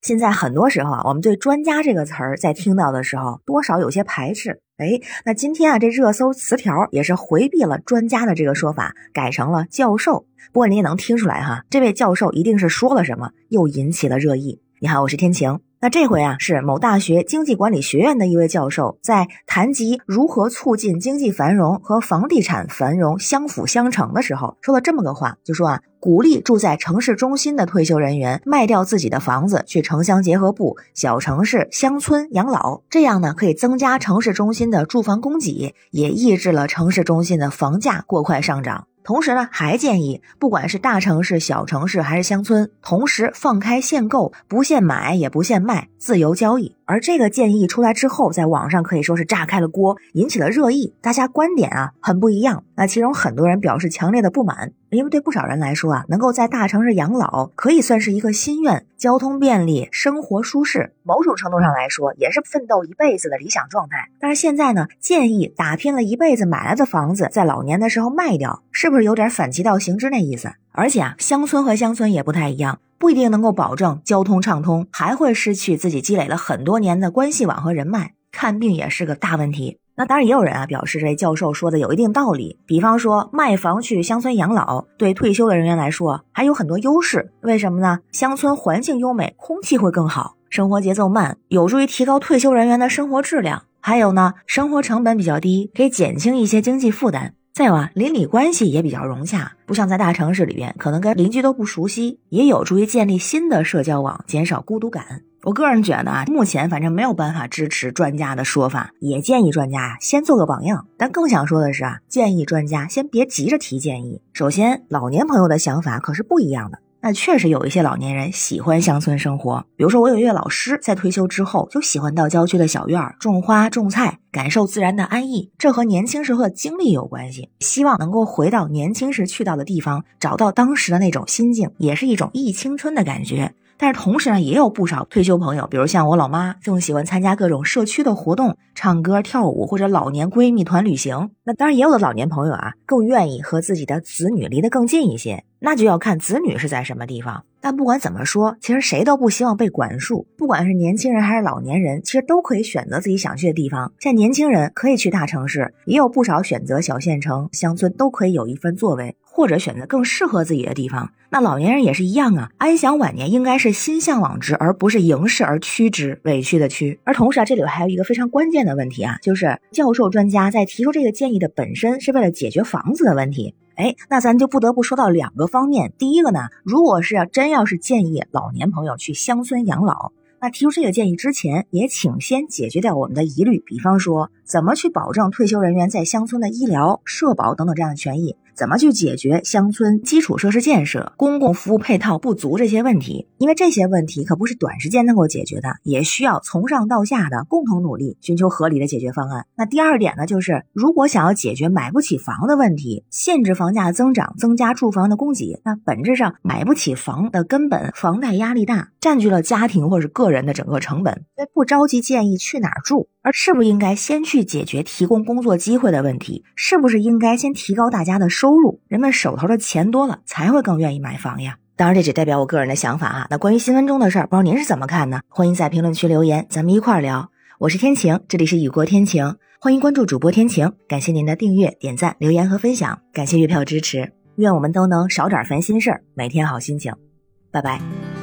现在很多时候啊，我们对专家这个词儿在听到的时候多少有些排斥。那今天啊，这热搜词条也是回避了专家的这个说法，改成了教授。不过你也能听出来哈，这位教授一定是说了什么，又引起了热议。你好，我是天晴。那这回啊，是某大学经济管理学院的一位教授在谈及如何促进经济繁荣和房地产繁荣相辅相成的时候，说了这么个话，就说啊，鼓励住在城市中心的退休人员卖掉自己的房子，去城乡结合部、小城市、乡村养老，这样呢可以增加城市中心的住房供给，也抑制了城市中心的房价过快上涨。同时呢，还建议不管是大城市、小城市还是乡村，同时放开限购，不限买也不限卖，自由交易。而这个建议出来之后，在网上可以说是炸开了锅，引起了热议，大家观点啊很不一样。那其中很多人表示强烈的不满，因为对不少人来说啊，能够在大城市养老可以算是一个心愿，交通便利，生活舒适，某种程度上来说也是奋斗一辈子的理想状态。但是现在呢，建议打拼了一辈子买来的房子在老年的时候卖掉，是不是有点反其道行之那意思？而且啊，乡村和乡村也不太一样，不一定能够保证交通畅通，还会失去自己积累了很多年的关系网和人脉，看病也是个大问题。那当然也有人啊表示这位教授说的有一定道理，比方说卖房去乡村养老，对退休的人员来说还有很多优势。为什么呢？乡村环境优美，空气会更好，生活节奏慢，有助于提高退休人员的生活质量。还有呢，生活成本比较低，可以减轻一些经济负担。再有啊，邻里关系也比较融洽，不像在大城市里边可能跟邻居都不熟悉，也有助于建立新的社交网，减少孤独感。我个人觉得啊，目前反正没有办法支持专家的说法，也建议专家先做个榜样。但更想说的是啊，建议专家先别急着提建议。首先，老年朋友的想法可是不一样的。那确实有一些老年人喜欢乡村生活，比如说我有一位老师在退休之后就喜欢到郊区的小院种花种菜，感受自然的安逸，这和年轻时候的经历有关系，希望能够回到年轻时去到的地方，找到当时的那种心境，也是一种忆青春的感觉。但是同时呢，也有不少退休朋友，比如像我老妈，更喜欢参加各种社区的活动，唱歌跳舞，或者老年闺蜜团旅行。那当然也有的老年朋友啊，更愿意和自己的子女离得更近一些，那就要看子女是在什么地方。但不管怎么说，其实谁都不希望被管束，不管是年轻人还是老年人，其实都可以选择自己想去的地方。像年轻人可以去大城市，也有不少选择小县城、乡村，都可以有一份作为，或者选择更适合自己的地方。那老年人也是一样啊，安享晚年应该是心向往之，而不是迎势而趋之，委屈的屈。而同时啊，这里还有一个非常关键的问题啊，就是教授专家在提出这个建议的本身是为了解决房子的问题。那咱就不得不说到两个方面。第一个呢，如果是真要是建议老年朋友去乡村养老，那提出这个建议之前，也请先解决掉我们的疑虑，比方说怎么去保证退休人员在乡村的医疗、社保等等这样的权益，怎么去解决乡村基础设施建设、公共服务配套不足这些问题。因为这些问题可不是短时间能够解决的，也需要从上到下的共同努力，寻求合理的解决方案。那第二点呢，就是如果想要解决买不起房的问题，限制房价增长，增加住房的供给，那本质上买不起房的根本，房贷压力大，占据了家庭或者个人的整个成本。所以不着急建议去哪儿住，而是不是应该先去解决提供工作机会的问题？是不是应该先提高大家的收入？人们手头的钱多了，才会更愿意买房呀。当然这只代表我个人的想法啊。那关于新闻中的事儿，不知道您是怎么看呢？欢迎在评论区留言，咱们一块儿聊。我是天晴，这里是雨过天晴，欢迎关注主播天晴。感谢您的订阅、点赞、留言和分享，感谢月票支持。愿我们都能少点烦心事儿，每天好心情。拜拜。